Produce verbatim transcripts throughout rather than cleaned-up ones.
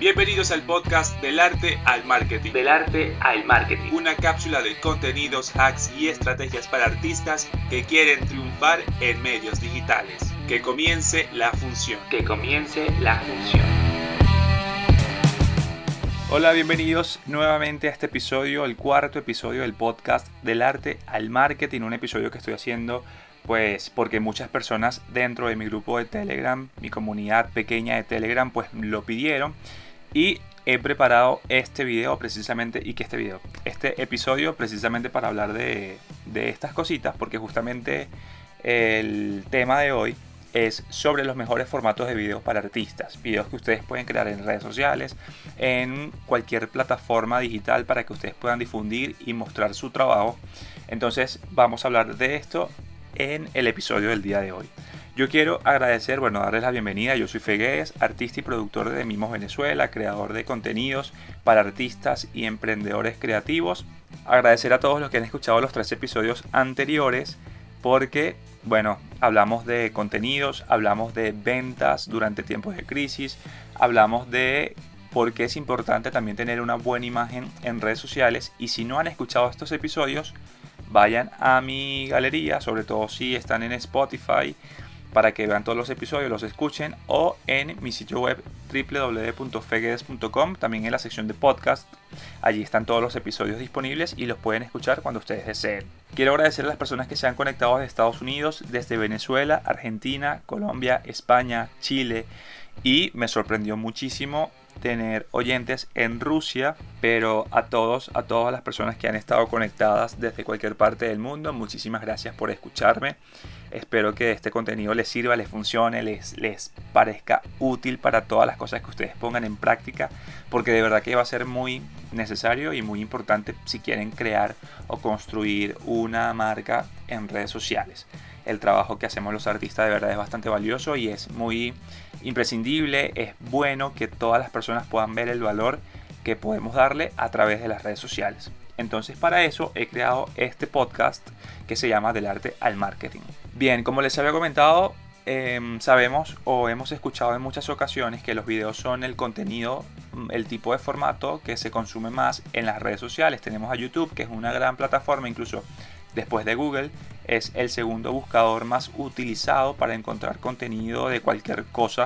Bienvenidos al podcast Del Arte al Marketing. Del Arte al Marketing. Una cápsula de contenidos, hacks y estrategias para artistas que quieren triunfar en medios digitales. Que comience la función. Que comience la función. Hola, bienvenidos nuevamente a este episodio, el cuarto episodio del podcast Del Arte al Marketing. Un episodio que estoy haciendo pues porque muchas personas dentro de mi grupo de Telegram, mi comunidad pequeña de Telegram, pues lo pidieron. Y he preparado este video precisamente, y que este video, este episodio precisamente para hablar de, de estas cositas, porque justamente el tema de hoy es sobre los mejores formatos de videos para artistas. Videos que ustedes pueden crear en redes sociales, en cualquier plataforma digital para que ustedes puedan difundir y mostrar su trabajo. Entonces vamos a hablar de esto en el episodio del día de hoy. Yo quiero agradecer, bueno, darles la bienvenida. Yo soy Fegues, artista y productor de Mimos Venezuela, creador de contenidos para artistas y emprendedores creativos. Agradecer a todos los que han escuchado los tres episodios anteriores porque, bueno, hablamos de contenidos, hablamos de ventas durante tiempos de crisis, hablamos de por qué es importante también tener una buena imagen en redes sociales. Y si no han escuchado estos episodios, vayan a mi galería, sobre todo si están en Spotify, para que vean todos los episodios, los escuchen, o en mi sitio web doble u doble u doble u punto fegues punto com, también en la sección de podcast. Allí están todos los episodios disponibles y los pueden escuchar cuando ustedes deseen. Quiero agradecer a las personas que se han conectado desde Estados Unidos, desde Venezuela, Argentina, Colombia, España, Chile, y me sorprendió muchísimo tener oyentes en Rusia. Pero a todos, a todas las personas que han estado conectadas desde cualquier parte del mundo, muchísimas gracias por escucharme. Espero que este contenido les sirva, les funcione, les, les parezca útil para todas las cosas que ustedes pongan en práctica, porque de verdad que va a ser muy necesario y muy importante si quieren crear o construir una marca en redes sociales. El trabajo que hacemos los artistas de verdad es bastante valioso y es muy imprescindible. Es bueno que todas las personas puedan ver el valor que podemos darle a través de las redes sociales. Entonces, para eso he creado este podcast que se llama Del Arte al Marketing. Bien, como les había comentado, eh, sabemos o hemos escuchado en muchas ocasiones que los videos son el contenido, el tipo de formato que se consume más en las redes sociales. Tenemos a YouTube, que es una gran plataforma, incluso después de Google, es el segundo buscador más utilizado para encontrar contenido de cualquier cosa,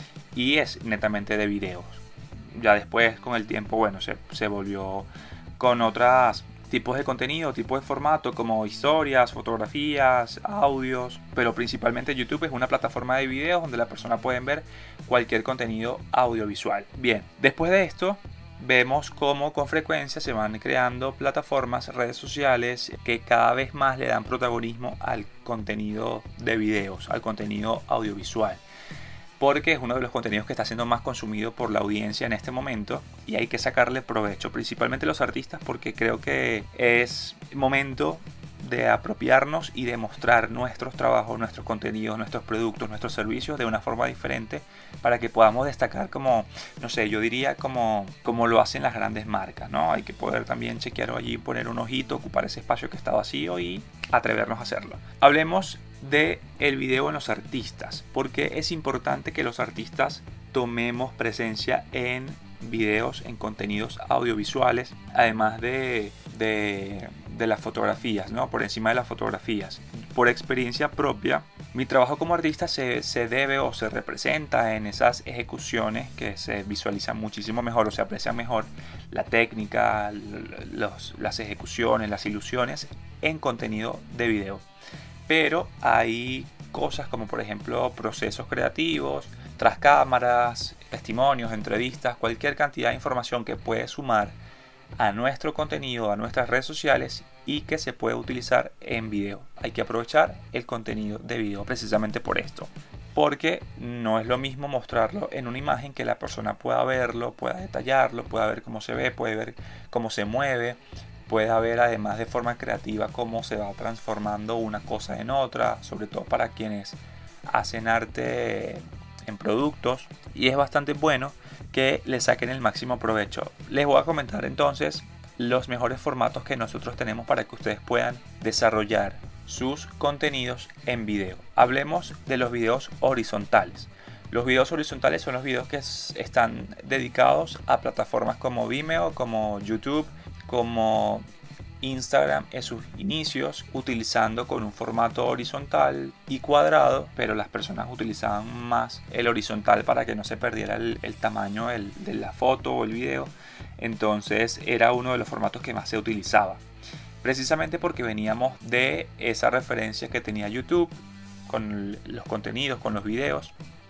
y es netamente de videos. Ya después, con el tiempo, bueno, se, se volvió con otros tipos de contenido, tipos de formato como historias, fotografías, audios, pero principalmente YouTube es una plataforma de videos donde la persona puede ver cualquier contenido audiovisual. Bien, después de esto vemos cómo con frecuencia se van creando plataformas, redes sociales que cada vez más le dan protagonismo al contenido de videos, al contenido audiovisual, porque es uno de los contenidos que está siendo más consumido por la audiencia en este momento y hay que sacarle provecho, principalmente los artistas, porque creo que es momento de apropiarnos y de mostrar nuestros trabajos, nuestros contenidos, nuestros productos, nuestros servicios de una forma diferente para que podamos destacar como, no sé, yo diría como, como lo hacen las grandes marcas, ¿no? Hay que poder también chequear allí, poner un ojito, ocupar ese espacio que está vacío y atrevernos a hacerlo. Hablemos de el video en los artistas, porque es importante que los artistas tomemos presencia en videos, en contenidos audiovisuales, además de, de, de las fotografías, ¿no? Por encima de las fotografías. Por experiencia propia, mi trabajo como artista se, se debe o se representa en esas ejecuciones que se visualizan muchísimo mejor o se aprecian mejor la técnica, los, las ejecuciones, las ilusiones en contenido de video. Pero hay cosas como, por ejemplo, procesos creativos, tras cámaras, testimonios, entrevistas, cualquier cantidad de información que puede sumar a nuestro contenido, a nuestras redes sociales y que se puede utilizar en video. Hay que aprovechar el contenido de video precisamente por esto, porque no es lo mismo mostrarlo en una imagen, que la persona pueda verlo, pueda detallarlo, pueda ver cómo se ve, puede ver cómo se mueve, pueda ver además de forma creativa cómo se va transformando una cosa en otra, sobre todo para quienes hacen arte en productos, y es bastante bueno que le saquen el máximo provecho. Les voy a comentar entonces los mejores formatos que nosotros tenemos para que ustedes puedan desarrollar sus contenidos en video. Hablemos de los videos horizontales. Los videos horizontales son los videos que es, están dedicados a plataformas como Vimeo, como YouTube, como Instagram en sus inicios, utilizando con un formato horizontal y cuadrado, pero las personas utilizaban más el horizontal para que no se perdiera el, el tamaño el, de la foto o el video. Entonces era uno de los formatos que más se utilizaba, precisamente porque veníamos de esa referencia que tenía YouTube con los contenidos, con los videos,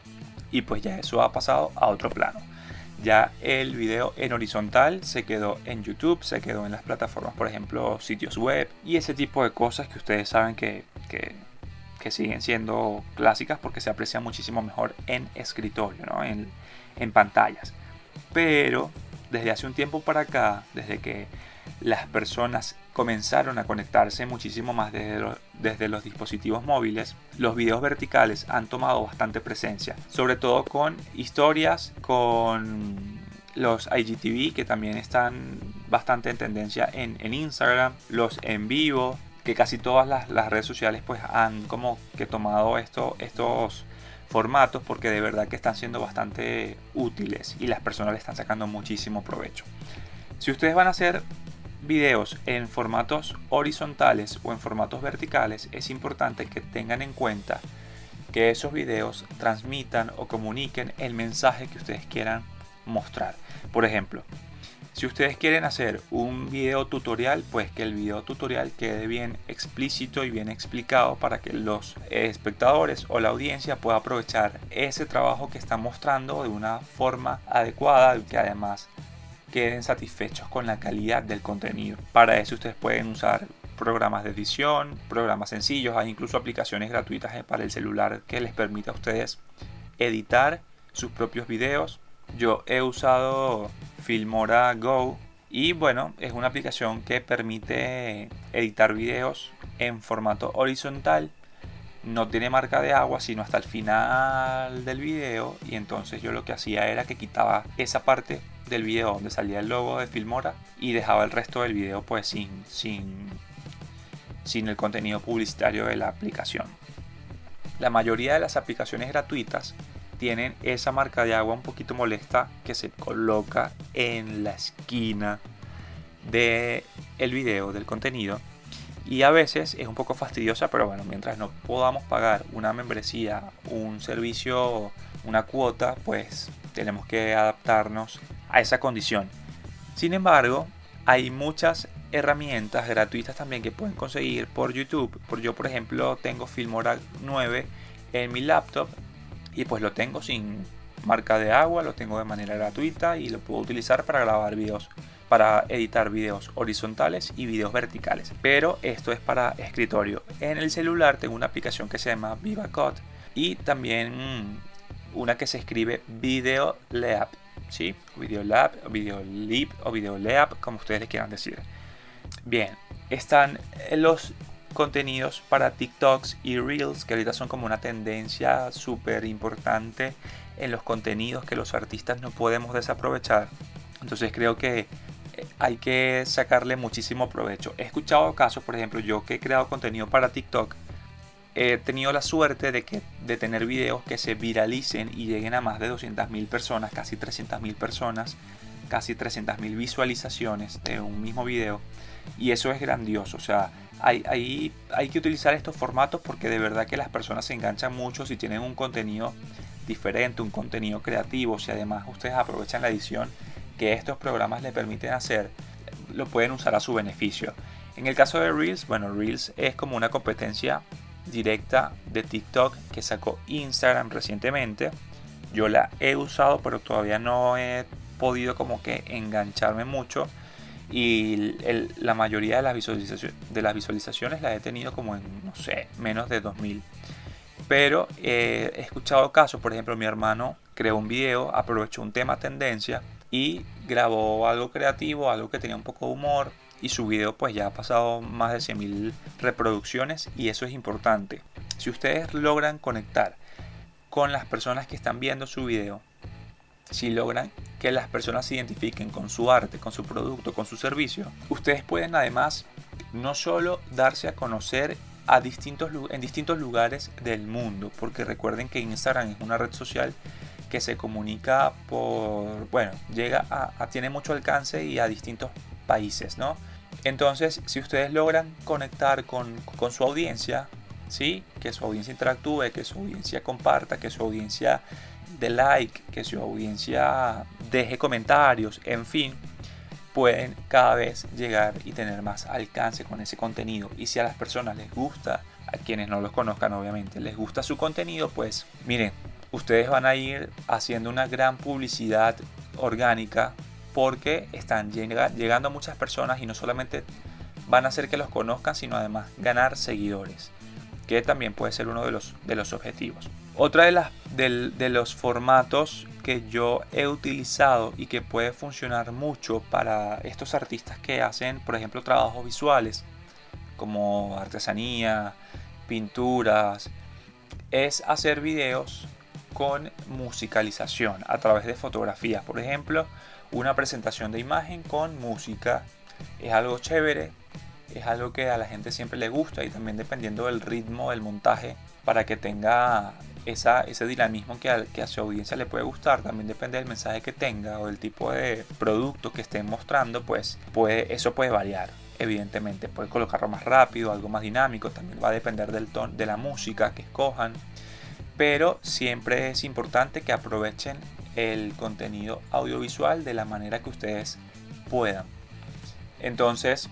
y pues ya eso ha pasado a otro plano. Ya el video en horizontal se quedó en YouTube, se quedó en las plataformas, por ejemplo, sitios web y ese tipo de cosas que ustedes saben que, que, que siguen siendo clásicas porque se aprecian muchísimo mejor en escritorio, ¿no? en, en pantallas. Pero desde hace un tiempo para acá, desde que las personas comenzaron a conectarse muchísimo más desde los, desde los dispositivos móviles, los videos verticales han tomado bastante presencia, sobre todo con historias, con los I G T V que también están bastante en tendencia en, en Instagram, los en vivo, que casi todas las, las redes sociales pues han como que tomado esto, estos formatos porque de verdad que están siendo bastante útiles y las personas le están sacando muchísimo provecho. Si ustedes van a hacer videos en formatos horizontales o en formatos verticales, es importante que tengan en cuenta que esos videos transmitan o comuniquen el mensaje que ustedes quieran mostrar. Por ejemplo, si ustedes quieren hacer un video tutorial, pues que el video tutorial quede bien explícito y bien explicado para que los espectadores o la audiencia pueda aprovechar ese trabajo que están mostrando de una forma adecuada y que además queden satisfechos con la calidad del contenido. Para eso ustedes pueden usar programas de edición, programas sencillos, hay incluso aplicaciones gratuitas para el celular que les permite a ustedes editar sus propios videos. Yo he usado Filmora Go y bueno, es una aplicación que permite editar videos en formato horizontal. No tiene marca de agua sino hasta el final del video, y entonces yo lo que hacía era que quitaba esa parte del video donde salía el logo de Filmora y dejaba el resto del video pues sin, sin, sin el contenido publicitario de la aplicación. La mayoría de las aplicaciones gratuitas tienen esa marca de agua un poquito molesta que se coloca en la esquina del video, del contenido, y a veces es un poco fastidiosa, pero bueno, mientras no podamos pagar una membresía, un servicio, una cuota, pues tenemos que adaptarnos a esa condición. Sin embargo, hay muchas herramientas gratuitas también que pueden conseguir por YouTube. Por yo, por ejemplo, tengo Filmora nueve en mi laptop y pues lo tengo sin marca de agua, lo tengo de manera gratuita y lo puedo utilizar para grabar videos, para editar videos horizontales y videos verticales, pero esto es para escritorio. En el celular tengo una aplicación que se llama VivaCut y también una que se escribe VideoLab, ¿sí? VideoLab, VideoLib o VideoLab, como ustedes le quieran decir. Bien, están los contenidos para TikToks y Reels, que ahorita son como una tendencia súper importante en los contenidos que los artistas no podemos desaprovechar. Entonces creo que hay que sacarle muchísimo provecho. He escuchado casos, por ejemplo, yo que he creado contenido para TikTok, he tenido la suerte de, que, de tener videos que se viralicen y lleguen a más de doscientas mil personas, casi trescientas mil personas, casi trescientas mil visualizaciones de un mismo video, y eso es grandioso. O sea, hay, hay, hay que utilizar estos formatos porque de verdad que las personas se enganchan mucho si tienen un contenido diferente, un contenido creativo. Si además ustedes aprovechan la edición que estos programas les permiten hacer, lo pueden usar a su beneficio. En el caso de Reels, bueno, Reels es como una competencia directa de TikTok que sacó Instagram recientemente. Yo la he usado, pero todavía no he podido como que engancharme mucho, y el, la mayoría de las, visualizaciones, de las visualizaciones las he tenido como en, no sé, menos de dos mil. Pero eh, he escuchado casos, por ejemplo, mi hermano creó un video, aprovechó un tema tendencia y grabó algo creativo, algo que tenía un poco de humor, y su video pues ya ha pasado más de cien mil reproducciones, y eso es importante. Si ustedes logran conectar con las personas que están viendo su video, si logran que las personas se identifiquen con su arte, con su producto, con su servicio, ustedes pueden además no solo darse a conocer a distintos, en distintos lugares del mundo, porque recuerden que Instagram es una red social que se comunica por, bueno, llega a, a tiene mucho alcance y a distintos países, ¿no? Entonces, si ustedes logran conectar con, con su audiencia, ¿sí? Que su audiencia interactúe, que su audiencia comparta, que su audiencia dé like, que su audiencia deje comentarios, en fin, pueden cada vez llegar y tener más alcance con ese contenido. Y si a las personas les gusta, a quienes no los conozcan obviamente, les gusta su contenido, pues miren, ustedes van a ir haciendo una gran publicidad orgánica porque están llega, llegando a muchas personas y no solamente van a hacer que los conozcan, sino además ganar seguidores, que también puede ser uno de los, de los objetivos. Otra de, las, de, de los formatos que yo he utilizado y que puede funcionar mucho para estos artistas que hacen, por ejemplo, trabajos visuales como artesanía, pinturas, es hacer videos con musicalización a través de fotografías. Por ejemplo, una presentación de imagen con música es algo chévere, es algo que a la gente siempre le gusta, y también dependiendo del ritmo del montaje, para que tenga esa, ese dinamismo que a, que a su audiencia le puede gustar, también depende del mensaje que tenga o del tipo de producto que estén mostrando, pues puede, eso puede variar. Evidentemente puede colocarlo más rápido, algo más dinámico, también va a depender del tono de la música que escojan, pero siempre es importante que aprovechen el contenido audiovisual de la manera que ustedes puedan. Entonces,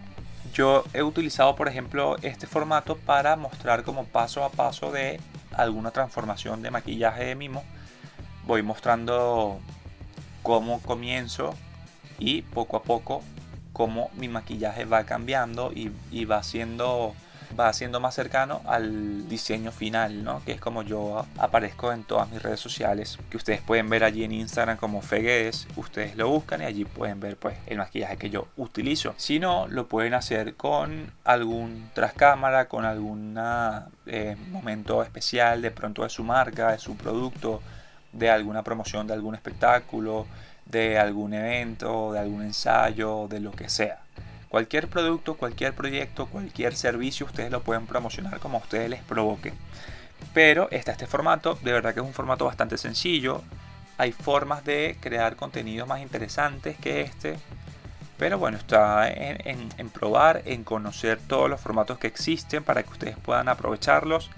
yo he utilizado, por ejemplo, este formato para mostrar como paso a paso de alguna transformación de maquillaje de mimo. Voy mostrando cómo comienzo y poco a poco cómo mi maquillaje va cambiando y, y va siendo va siendo más cercano al diseño final, ¿no? Que es como yo aparezco en todas mis redes sociales, que ustedes pueden ver allí en Instagram como Feguedes. Ustedes lo buscan y allí pueden ver pues el maquillaje que yo utilizo. Si no, lo pueden hacer con algún tras cámara, con algún eh, momento especial de pronto de su marca, de su producto, de alguna promoción de algún espectáculo, de algún evento, de algún ensayo, de lo que sea. Cualquier producto, cualquier proyecto, cualquier servicio, ustedes lo pueden promocionar como a ustedes les provoque. Pero está este formato, de verdad que es un formato bastante sencillo. Hay formas de crear contenidos más interesantes que este. Pero bueno, está en, en, en probar, en conocer todos los formatos que existen para que ustedes puedan aprovecharlos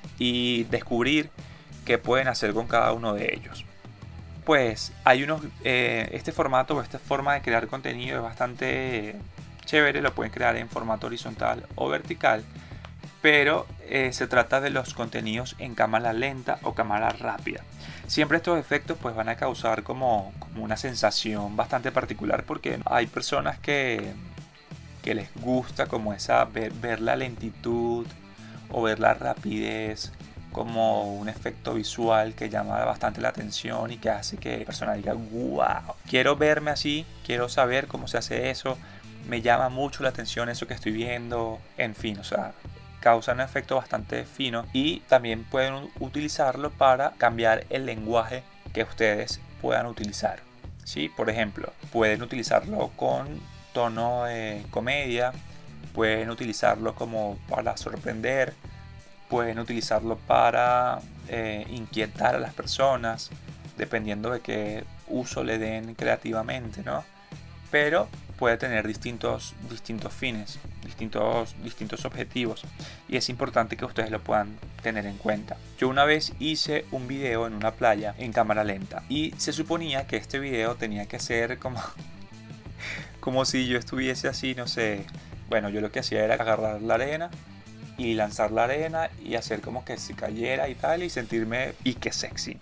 y descubrir qué pueden hacer con cada uno de ellos. Pues hay unos, eh, este formato o esta forma de crear contenido es bastante chévere, lo pueden crear en formato horizontal o vertical, pero eh, se trata de los contenidos en cámara lenta o cámara rápida. Siempre estos efectos pues van a causar como, como una sensación bastante particular, porque hay personas que, que les gusta como esa ver, ver la lentitud o ver la rapidez como un efecto visual que llama bastante la atención y que hace que la persona diga wow, quiero verme así, quiero saber cómo se hace eso, me llama mucho la atención eso que estoy viendo, en fin, o sea, causa un efecto bastante fino. Y también pueden utilizarlo para cambiar el lenguaje que ustedes puedan utilizar, ¿sí? Por ejemplo, pueden utilizarlo con tono de comedia, pueden utilizarlo como para sorprender, pueden utilizarlo para eh, inquietar a las personas, dependiendo de qué uso le den creativamente, ¿no? Pero puede tener distintos, distintos fines, distintos, distintos objetivos, y es importante que ustedes lo puedan tener en cuenta. Yo una vez hice un video en una playa en cámara lenta y se suponía que este video tenía que ser como, como si yo estuviese así, no sé. Bueno, yo lo que hacía era agarrar la arena y lanzar la arena y hacer como que se cayera y tal, y sentirme y que sexy.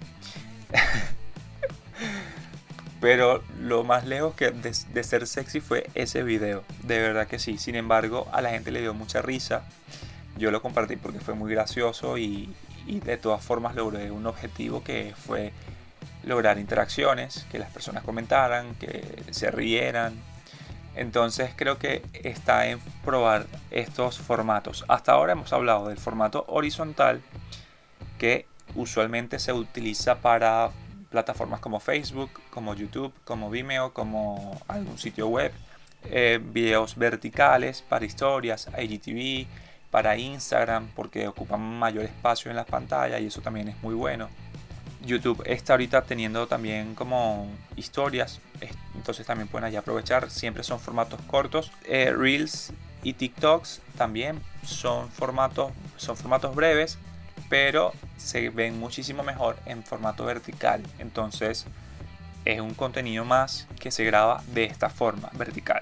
Pero lo más lejos que de, de ser sexy fue ese video, de verdad que sí. Sin embargo, a la gente le dio mucha risa. Yo lo compartí porque fue muy gracioso y, y de todas formas logré un objetivo, que fue lograr interacciones, que las personas comentaran, que se rieran. Entonces creo que está en probar estos formatos. Hasta ahora hemos hablado del formato horizontal, que usualmente se utiliza para plataformas como Facebook, como YouTube, como Vimeo, como algún sitio web. Eh, videos verticales para historias, I G T V, para Instagram porque ocupan mayor espacio en la pantalla y eso también es muy bueno. YouTube está ahorita teniendo también como historias, entonces también pueden allá aprovechar, siempre son formatos cortos. eh, Reels y TikToks también son formatos, son formatos breves, pero se ven muchísimo mejor en formato vertical, entonces es un contenido más que se graba de esta forma vertical.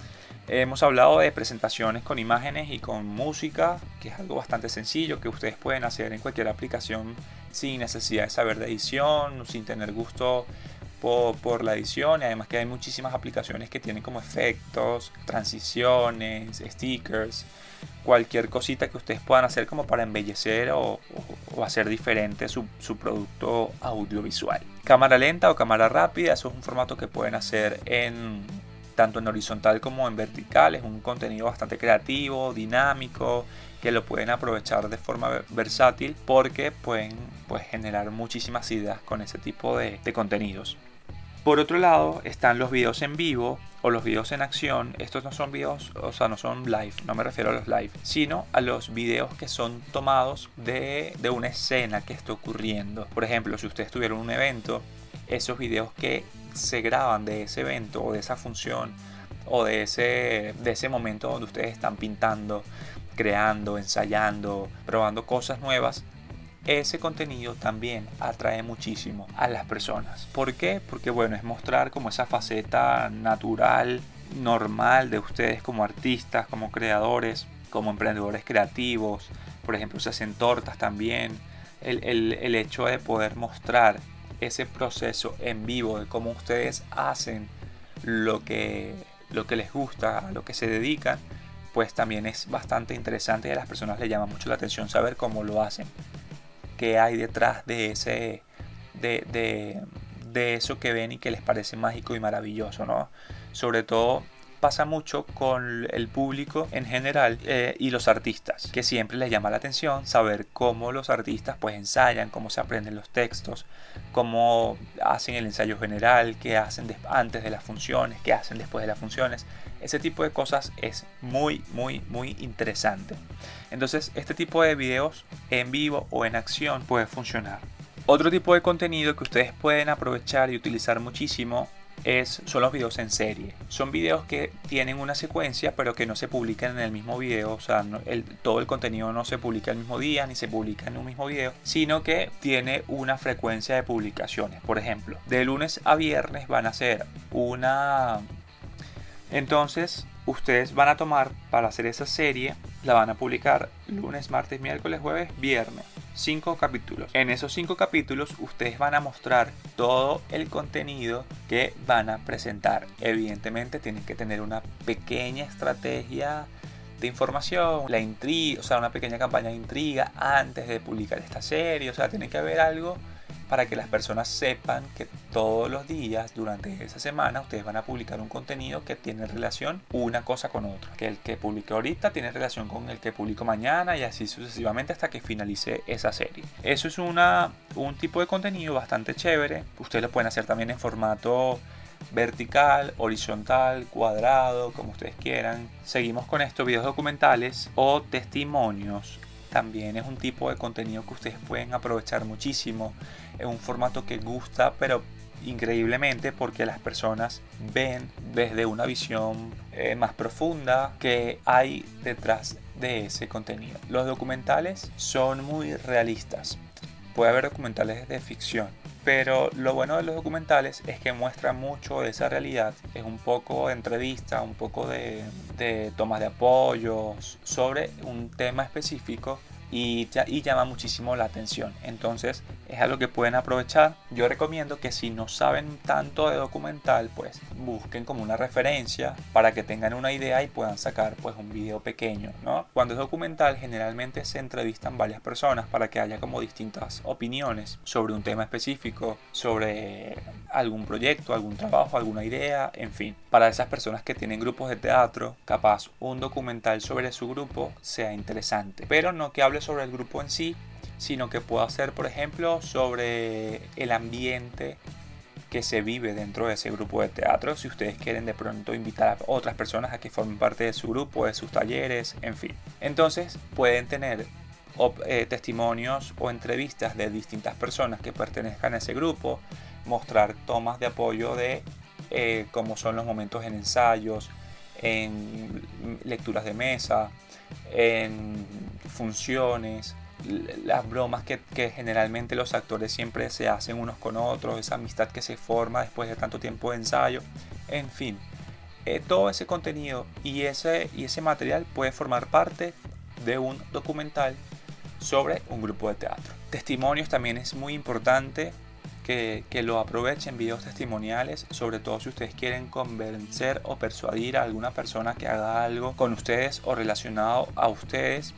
Hemos hablado de presentaciones con imágenes y con música, que es algo bastante sencillo que ustedes pueden hacer en cualquier aplicación sin necesidad de saber de edición, sin tener gusto por, por la edición. Y además que hay muchísimas aplicaciones que tienen como efectos, transiciones, stickers, cualquier cosita que ustedes puedan hacer como para embellecer o, o, o hacer diferente su, su producto audiovisual. Cámara lenta o cámara rápida, eso es un formato que pueden hacer en tanto en horizontal como en vertical. Es un contenido bastante creativo, dinámico, que lo pueden aprovechar de forma versátil porque pueden pues, generar muchísimas ideas con ese tipo de, de contenidos. Por otro lado están los videos en vivo o los videos en acción. Estos no son videos, o sea, no son live, no me refiero a los live, sino a los videos que son tomados de, de una escena que está ocurriendo. Por ejemplo, si ustedes tuvieron un evento, esos videos que se graban de ese evento o de esa función o de ese, de ese momento donde ustedes están pintando, creando, ensayando, probando cosas nuevas, ese contenido también atrae muchísimo a las personas. ¿Por qué? Porque bueno, es mostrar como esa faceta natural, normal de ustedes como artistas, como creadores, como emprendedores creativos. Por ejemplo, se hacen tortas también. El, el, el hecho de poder mostrar ese proceso en vivo de cómo ustedes hacen lo que, lo que les gusta, a lo que se dedican, pues también es bastante interesante y a las personas les llama mucho la atención saber cómo lo hacen, qué hay detrás de ese de, de, de eso que ven y que les parece mágico y maravilloso, ¿no? Sobre todo pasa mucho con el público en general eh, y los artistas, que siempre les llama la atención saber cómo los artistas pues ensayan, cómo se aprenden los textos, cómo hacen el ensayo general, qué hacen antes de las funciones, qué hacen después de las funciones. Ese tipo de cosas es muy muy muy interesante. Entonces este tipo de videos en vivo o en acción puede funcionar. Otro tipo de contenido que ustedes pueden aprovechar y utilizar muchísimo Es, son los videos en serie. Son videos que tienen una secuencia pero que no se publican en el mismo video. O sea, no, el, todo el contenido no se publica el mismo día ni se publica en un mismo video, sino que tiene una frecuencia de publicaciones. Por ejemplo, de lunes a viernes van a ser una... Entonces ustedes van a tomar para hacer esa serie, la van a publicar lunes, martes, miércoles, jueves, viernes. Cinco capítulos. En esos cinco capítulos ustedes van a mostrar todo el contenido que van a presentar. Evidentemente tienen que tener una pequeña estrategia de información, la intriga, o sea, una pequeña campaña de intriga antes de publicar esta serie. O sea, tiene que haber algo para que las personas sepan que todos los días durante esa semana ustedes van a publicar un contenido que tiene relación una cosa con otra, que el que publique ahorita tiene relación con el que publico mañana y así sucesivamente hasta que finalice esa serie. Eso es una, un tipo de contenido bastante chévere. Ustedes lo pueden hacer también en formato vertical, horizontal, cuadrado, como ustedes quieran. Seguimos con esto, videos documentales o testimonios. También es un tipo de contenido que ustedes pueden aprovechar muchísimo. Es un formato que gusta, pero increíblemente, porque las personas ven desde una visión eh, más profunda que hay detrás de ese contenido. Los documentales son muy realistas. Puede haber documentales de ficción, pero lo bueno de los documentales es que muestran mucho de esa realidad. Es un poco de entrevista, un poco de, de tomas de apoyo sobre un tema específico y, y llama muchísimo la atención. Entonces es algo que pueden aprovechar. Yo recomiendo que si no saben tanto de documental, pues busquen como una referencia para que tengan una idea y puedan sacar pues un video pequeño, ¿no? Cuando es documental generalmente se entrevistan varias personas para que haya como distintas opiniones sobre un tema específico, sobre algún proyecto, algún trabajo, alguna idea, en fin. Para esas personas que tienen grupos de teatro, capaz un documental sobre su grupo sea interesante, pero no que hable sobre el grupo en sí, sino que pueda ser, por ejemplo, sobre el ambiente que se vive dentro de ese grupo de teatro, si ustedes quieren de pronto invitar a otras personas a que formen parte de su grupo, de sus talleres, en fin. Entonces pueden tener o, eh, testimonios o entrevistas de distintas personas que pertenezcan a ese grupo, mostrar tomas de apoyo de eh, cómo son los momentos en ensayos, en lecturas de mesa, en funciones, las bromas que, que generalmente los actores siempre se hacen unos con otros, esa amistad que se forma después de tanto tiempo de ensayo, en fin, eh, todo ese contenido y ese, y ese material puede formar parte de un documental sobre un grupo de teatro. Testimonios también es muy importante que, que lo aprovechen, videos testimoniales, sobre todo si ustedes quieren convencer o persuadir a alguna persona que haga algo con ustedes o relacionado a ustedes.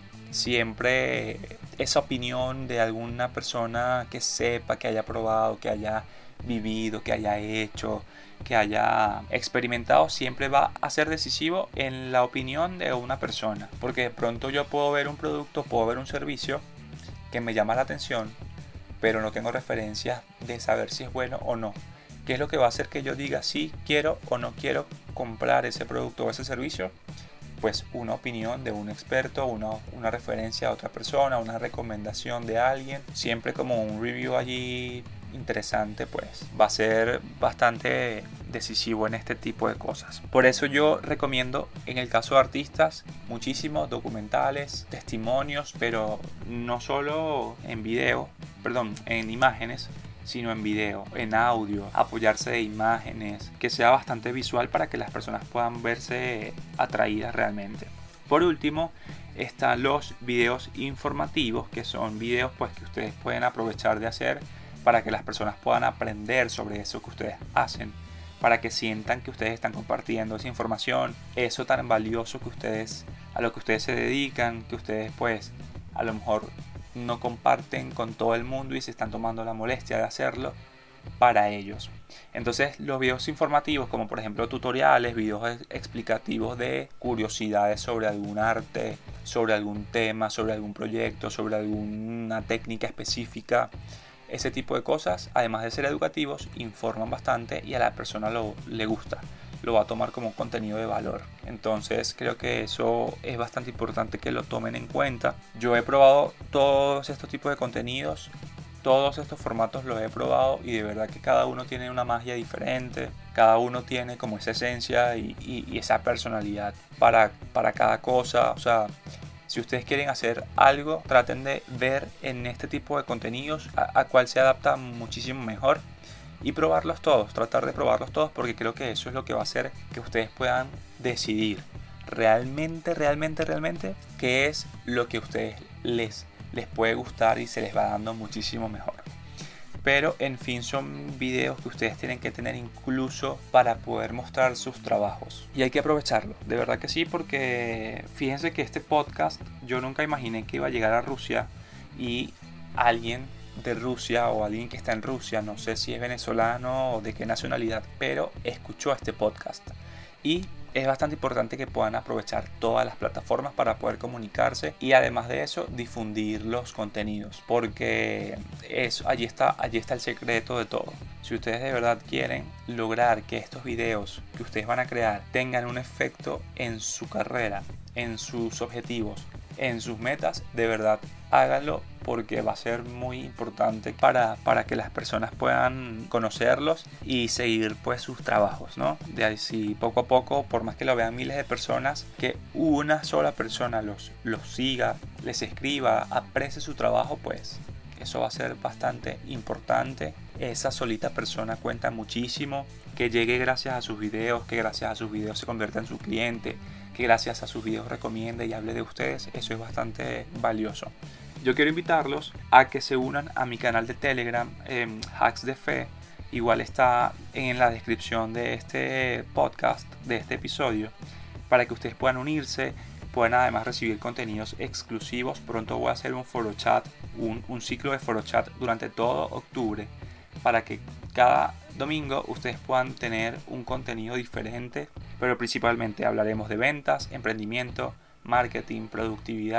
Siempre esa opinión de alguna persona que sepa, que haya probado, que haya vivido, que haya hecho, que haya experimentado, siempre va a ser decisivo en la opinión de una persona. Porque de pronto yo puedo ver un producto, puedo ver un servicio que me llama la atención, pero no tengo referencias de saber si es bueno o no. ¿Qué es lo que va a hacer que yo diga si quiero o no quiero comprar ese producto o ese servicio? Pues una opinión de un experto, una, una referencia a otra persona, una recomendación de alguien, siempre como un review allí interesante, pues va a ser bastante decisivo en este tipo de cosas. Por eso yo recomiendo, en el caso de artistas, muchísimos documentales, testimonios, pero no solo en video, perdón, en imágenes, sino en video, en audio, apoyarse de imágenes, que sea bastante visual para que las personas puedan verse atraídas realmente. Por último, están los videos informativos, que son videos pues que ustedes pueden aprovechar de hacer para que las personas puedan aprender sobre eso que ustedes hacen, para que sientan que ustedes están compartiendo esa información, eso tan valioso que ustedes, a lo que ustedes se dedican, que ustedes pues a lo mejor no comparten con todo el mundo y se están tomando la molestia de hacerlo para ellos. Entonces los videos informativos, como por ejemplo tutoriales, videos explicativos de curiosidades sobre algún arte, sobre algún tema, sobre algún proyecto, sobre alguna técnica específica, ese tipo de cosas, además de ser educativos, informan bastante y a la persona lo, le gusta, lo va a tomar como un contenido de valor. Entonces creo que eso es bastante importante que lo tomen en cuenta. Yo he probado todos estos tipos de contenidos, todos estos formatos los he probado y de verdad que cada uno tiene una magia diferente, cada uno tiene como esa esencia y, y, y esa personalidad para, para cada cosa. O sea, si ustedes quieren hacer algo, traten de ver en este tipo de contenidos a, a cuál se adapta muchísimo mejor y probarlos todos, tratar de probarlos todos, porque creo que eso es lo que va a hacer que ustedes puedan decidir realmente, realmente, realmente qué es lo que a ustedes les, les puede gustar y se les va dando muchísimo mejor. Pero en fin, son videos que ustedes tienen que tener incluso para poder mostrar sus trabajos. Y hay que aprovecharlo, de verdad que sí, porque fíjense que este podcast yo nunca imaginé que iba a llegar a Rusia y alguien de Rusia o alguien que está en Rusia, no sé si es venezolano o de qué nacionalidad, pero escuchó este podcast. Y es bastante importante que puedan aprovechar todas las plataformas para poder comunicarse y además de eso difundir los contenidos, porque eso, allí está, allí está el secreto de todo. Si ustedes de verdad quieren lograr que estos videos que ustedes van a crear tengan un efecto en su carrera, en sus objetivos, en sus metas, de verdad háganlo, porque va a ser muy importante para, para que las personas puedan conocerlos y seguir pues sus trabajos, ¿no? De así poco a poco, por más que lo vean miles de personas, que una sola persona los, los siga, les escriba, aprecie su trabajo, pues eso va a ser bastante importante. Esa solita persona cuenta muchísimo, que llegue gracias a sus videos, que gracias a sus videos se convierta en su cliente, que gracias a sus videos recomiende y hable de ustedes. Eso es bastante valioso. Yo quiero invitarlos a que se unan a mi canal de Telegram, eh, Hacks de Fe. Igual está en la descripción de este podcast, de este episodio, para que ustedes puedan unirse, puedan además recibir contenidos exclusivos. Pronto voy a hacer un foro chat, un, un ciclo de foro chat durante todo octubre, para que cada domingo ustedes puedan tener un contenido diferente, pero principalmente hablaremos de ventas, emprendimiento, marketing, productividad,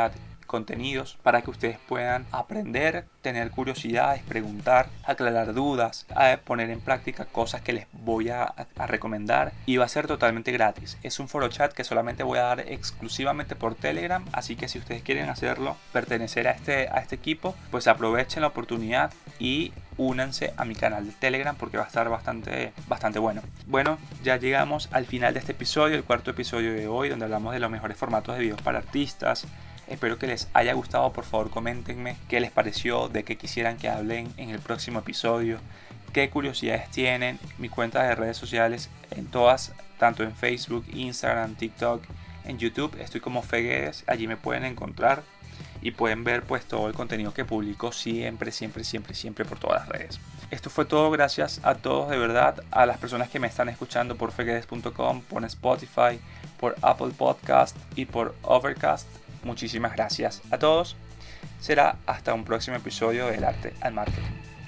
contenidos para que ustedes puedan aprender, tener curiosidades, preguntar, aclarar dudas, a poner en práctica cosas que les voy a, a recomendar, y va a ser totalmente gratis. Es un foro chat que solamente voy a dar exclusivamente por Telegram, así que si ustedes quieren hacerlo, pertenecer a este, a este equipo, pues aprovechen la oportunidad y únanse a mi canal de Telegram porque va a estar bastante, bastante bueno. Bueno, ya llegamos al final de este episodio, el cuarto episodio de hoy, donde hablamos de los mejores formatos de videos para artistas. Espero que les haya gustado. Por favor, coméntenme qué les pareció, de qué quisieran que hablen en el próximo episodio, qué curiosidades tienen. Mi cuenta de redes sociales en todas, tanto en Facebook, Instagram, TikTok, en YouTube, estoy como Feguedes, allí me pueden encontrar y pueden ver pues todo el contenido que publico siempre, siempre, siempre, siempre por todas las redes. Esto fue todo, gracias a todos de verdad, a las personas que me están escuchando por feguedes punto com, por Spotify, por Apple Podcast y por Overcast. Muchísimas gracias a todos. Será hasta un próximo episodio del Arte al Marketing.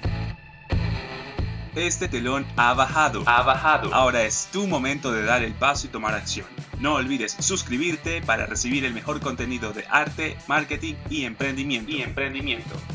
Este telón ha bajado. Ha bajado. Ahora es tu momento de dar el paso y tomar acción. No olvides suscribirte para recibir el mejor contenido de arte, marketing y emprendimiento. Y emprendimiento.